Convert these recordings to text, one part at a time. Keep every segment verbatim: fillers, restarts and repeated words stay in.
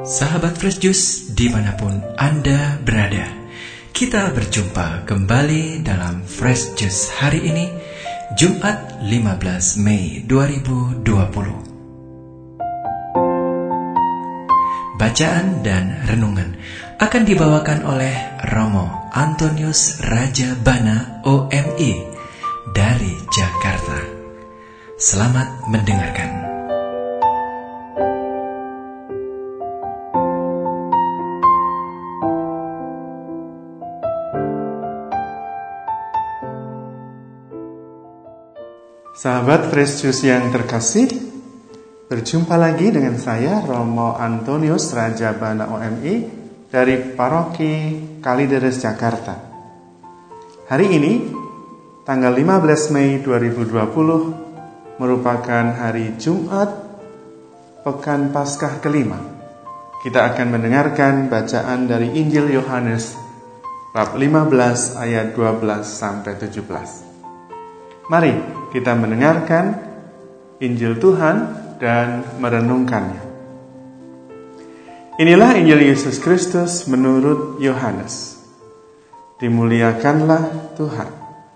Sahabat Fresh Juice dimanapun Anda berada, kita berjumpa kembali dalam Fresh Juice hari ini, Jumat lima belas Mei dua ribu dua puluh. Bacaan dan renungan akan dibawakan oleh Romo Antonius Rajabana O M I dari Jakarta. Selamat mendengarkan. Sahabat Fresh Juice yang terkasih, berjumpa lagi dengan saya Romo Antonius Rajabana O M I dari Paroki Kalideres Jakarta. Hari ini, tanggal lima belas Mei dua ribu dua puluh, merupakan hari Jumat Pekan Paskah kelima. Kita akan mendengarkan bacaan dari Injil Yohanes bab lima belas ayat dua belas sampai tujuh belas. Mari kita mendengarkan Injil Tuhan dan merenungkannya. Inilah Injil Yesus Kristus menurut Yohanes. Dimuliakanlah Tuhan.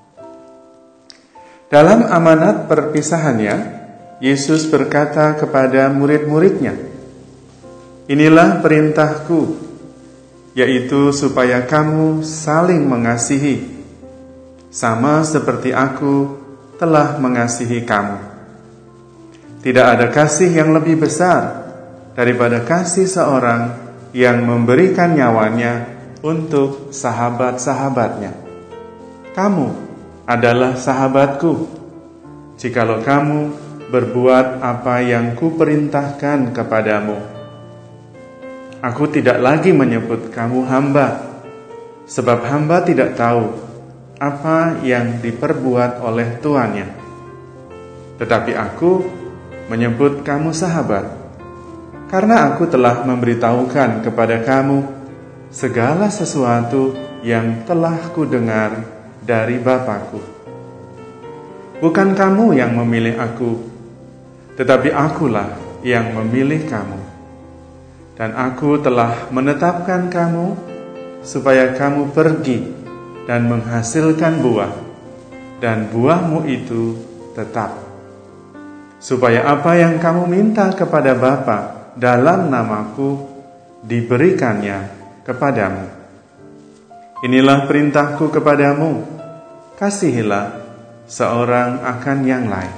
Dalam amanat perpisahannya, Yesus berkata kepada murid-muridnya, "Inilah perintahku, yaitu supaya kamu saling mengasihi, sama seperti aku telah mengasihi kamu. Tidak ada kasih yang lebih besar daripada kasih seorang yang memberikan nyawanya untuk sahabat-sahabatnya. Kamu adalah sahabatku, jikalau kamu berbuat apa yang kuperintahkan kepadamu. Aku tidak lagi menyebut kamu hamba, sebab hamba tidak tahu apa yang diperbuat oleh tuannya. Tetapi aku menyebut kamu sahabat, karena aku telah memberitahukan kepada kamu segala sesuatu yang telah kudengar dari Bapa-Ku. Bukan kamu yang memilih aku, tetapi akulah yang memilih kamu. Dan aku telah menetapkan kamu supaya kamu pergi dan menghasilkan buah, dan buahmu itu tetap, supaya apa yang kamu minta kepada Bapa dalam namaku diberikannya kepadamu. Inilah perintahku kepadamu, kasihilah seorang akan yang lain."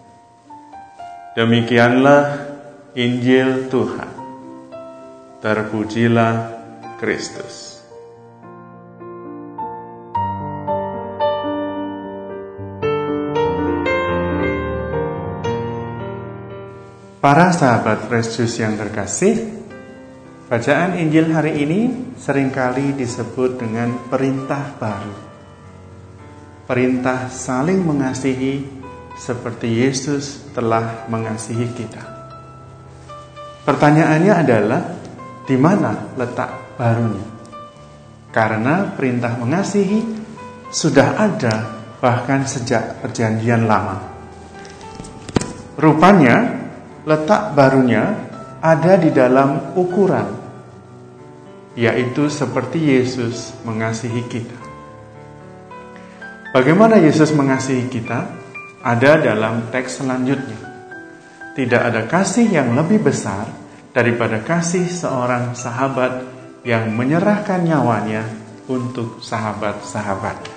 Demikianlah Injil Tuhan. Terpujilah Kristus. Para sahabat Fresh Juice yang terkasih, bacaan Injil hari ini seringkali disebut dengan perintah baru. Perintah saling mengasihi seperti Yesus telah mengasihi kita. Pertanyaannya adalah, di mana letak barunya? Karena perintah mengasihi sudah ada bahkan sejak perjanjian lama. Rupanya, letak barunya ada di dalam ukuran, yaitu seperti Yesus mengasihi kita. Bagaimana Yesus mengasihi kita? Ada dalam teks selanjutnya. Tidak ada kasih yang lebih besar daripada kasih seorang sahabat yang menyerahkan nyawanya untuk sahabat-sahabatnya.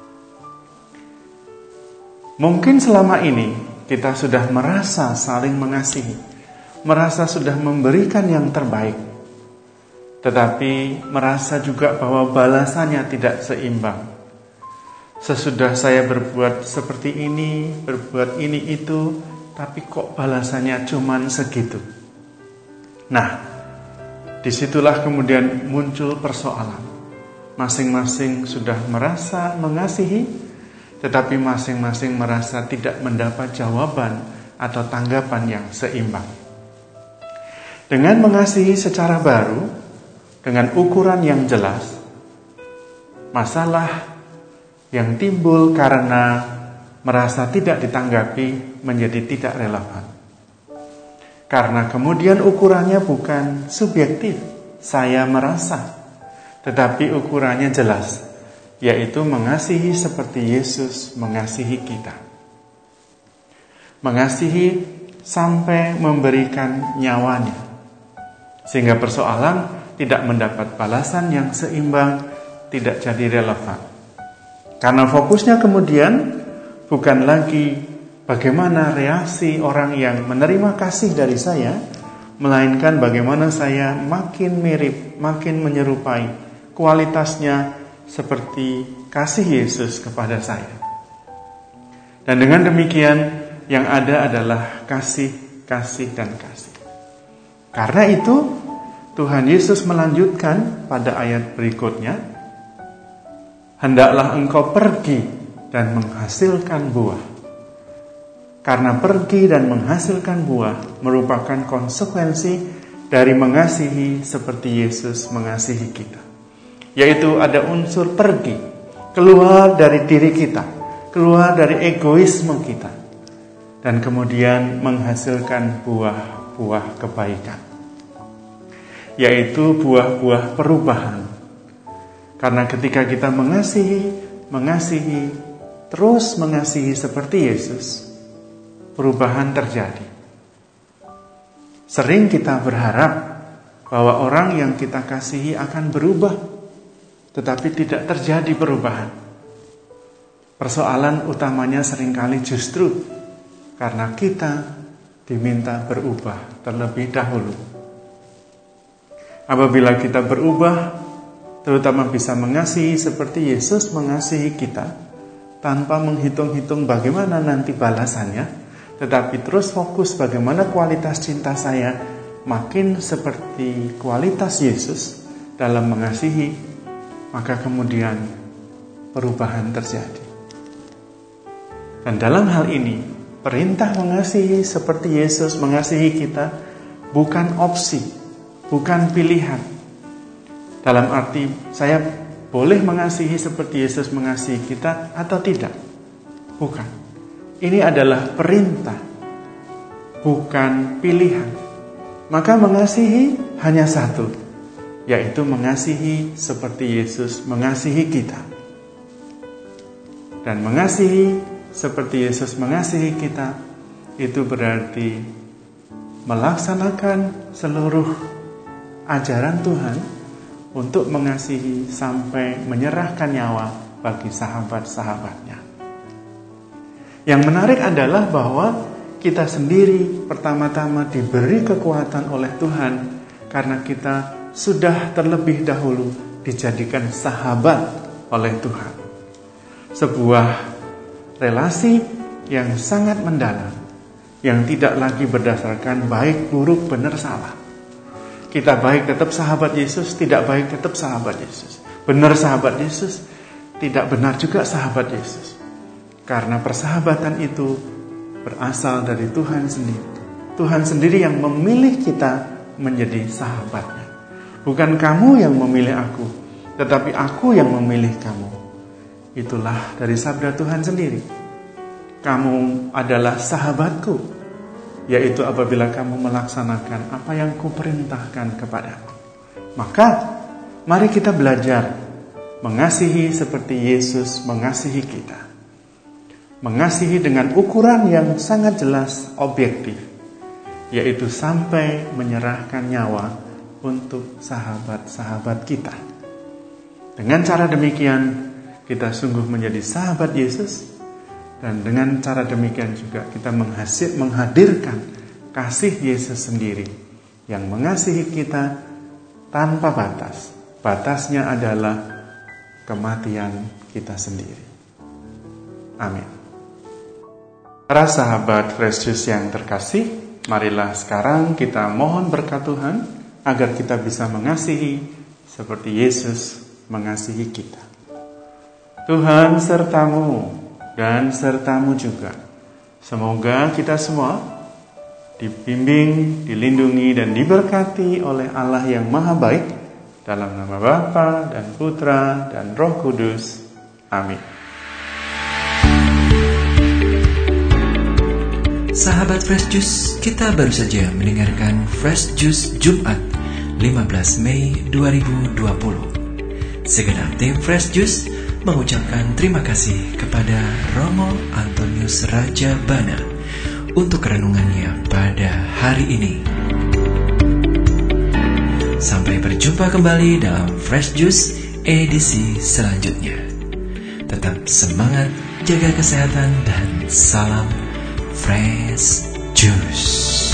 Mungkin selama ini kita sudah merasa saling mengasihi, merasa sudah memberikan yang terbaik, tetapi merasa juga bahwa balasannya tidak seimbang. Sesudah saya berbuat seperti ini, berbuat ini itu, tapi kok balasannya cuman segitu. Nah, disitulah kemudian muncul persoalan. Masing-masing sudah merasa mengasihi, tetapi masing-masing merasa tidak mendapat jawaban atau tanggapan yang seimbang. Dengan mengasihi secara baru, dengan ukuran yang jelas, masalah yang timbul karena merasa tidak ditanggapi menjadi tidak relevan. Karena kemudian ukurannya bukan subjektif, saya merasa, tetapi ukurannya jelas, yaitu mengasihi seperti Yesus mengasihi kita. Mengasihi sampai memberikan nyawanya, sehingga persoalan tidak mendapat balasan yang seimbang, tidak jadi relevan. Karena fokusnya kemudian bukan lagi bagaimana reaksi orang yang menerima kasih dari saya, melainkan bagaimana saya makin mirip, makin menyerupai kualitasnya seperti kasih Yesus kepada saya. Dan dengan demikian yang ada adalah kasih, kasih, dan kasih. Karena itu Tuhan Yesus melanjutkan pada ayat berikutnya, hendaklah engkau pergi dan menghasilkan buah. Karena pergi dan menghasilkan buah merupakan konsekuensi dari mengasihi seperti Yesus mengasihi kita. Yaitu ada unsur pergi, keluar dari diri kita, keluar dari egoisme kita, dan kemudian menghasilkan buah-buah kebaikan, yaitu buah-buah perubahan. Karena ketika kita mengasihi, mengasihi, terus mengasihi seperti Yesus, perubahan terjadi. Sering kita berharap bahwa orang yang kita kasihi akan berubah, tetapi tidak terjadi perubahan. Persoalan utamanya seringkali justru karena kita diminta berubah terlebih dahulu. Apabila kita berubah, terutama bisa mengasihi seperti Yesus mengasihi kita, tanpa menghitung-hitung bagaimana nanti balasannya, tetapi terus fokus bagaimana kualitas cinta saya makin seperti kualitas Yesus dalam mengasihi, maka kemudian perubahan terjadi. Dan dalam hal ini, perintah mengasihi seperti Yesus mengasihi kita bukan opsi, bukan pilihan. Dalam arti saya boleh mengasihi seperti Yesus mengasihi kita atau tidak. Bukan. Ini adalah perintah, bukan pilihan. Maka mengasihi hanya satu, yaitu mengasihi seperti Yesus mengasihi kita. Dan mengasihi seperti Yesus mengasihi kita, itu berarti melaksanakan seluruh ajaran Tuhan untuk mengasihi sampai menyerahkan nyawa bagi sahabat-sahabatnya. Yang menarik adalah bahwa kita sendiri pertama-tama diberi kekuatan oleh Tuhan karena kita sudah terlebih dahulu dijadikan sahabat oleh Tuhan. Sebuah relasi yang sangat mendalam, yang tidak lagi berdasarkan baik, buruk, benar, salah. Kita baik tetap sahabat Yesus, tidak baik tetap sahabat Yesus. Benar sahabat Yesus, tidak benar juga sahabat Yesus. Karena persahabatan itu berasal dari Tuhan sendiri. Tuhan sendiri yang memilih kita menjadi sahabatnya. Bukan kamu yang memilih aku, tetapi aku yang memilih kamu. Itulah dari sabda Tuhan sendiri. Kamu adalah sahabatku, yaitu apabila kamu melaksanakan apa yang kuperintahkan kepadamu. Maka, mari kita belajar mengasihi seperti Yesus mengasihi kita. Mengasihi dengan ukuran yang sangat jelas, objektif, yaitu sampai menyerahkan nyawa untuk sahabat-sahabat kita. Dengan cara demikian, kita sungguh menjadi sahabat Yesus, dan dengan cara demikian juga kita menghasil, menghadirkan kasih Yesus sendiri yang mengasihi kita tanpa batas. Batasnya adalah kematian kita sendiri. Amin. Para sahabat Fresh Juice yang terkasih, marilah sekarang kita mohon berkat Tuhan agar kita bisa mengasihi seperti Yesus mengasihi kita. Tuhan sertamu dan sertamu juga. Semoga kita semua dibimbing, dilindungi, dan diberkati oleh Allah yang Maha Baik, dalam nama Bapa dan Putra dan Roh Kudus. Amin. Sahabat Fresh Juice, kita baru saja mendengarkan Fresh Juice Jumat lima belas Mei dua ribu dua puluh. Segenap tim Fresh Juice mengucapkan terima kasih kepada Romo Antonius Rajabana untuk renungannya pada hari ini. Sampai berjumpa kembali dalam Fresh Juice edisi selanjutnya. Tetap semangat, jaga kesehatan, dan salam Fresh Juice.